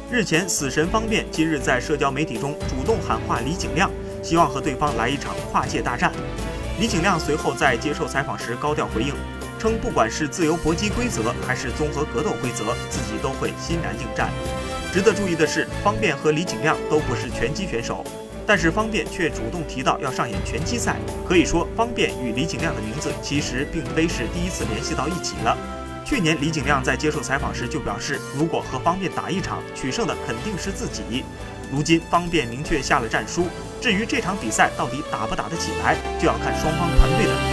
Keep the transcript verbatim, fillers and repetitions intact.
日前，死神方便今日在社交媒体中主动喊话李景亮，希望和对方来一场跨界大战。李景亮随后在接受采访时高调回应，称不管是自由搏击规则还是综合格斗规则，自己都会欣然应战。值得注意的是，方便和李景亮都不是拳击选手，但是方便却主动提到要上演拳击赛。可以说，方便与李景亮的名字其实并非是第一次联系到一起了。去年李景亮在接受采访时就表示，如果和方便打一场，取胜的肯定是自己。如今方便明确下了战书，至于这场比赛到底打不打得起来，就要看双方团队的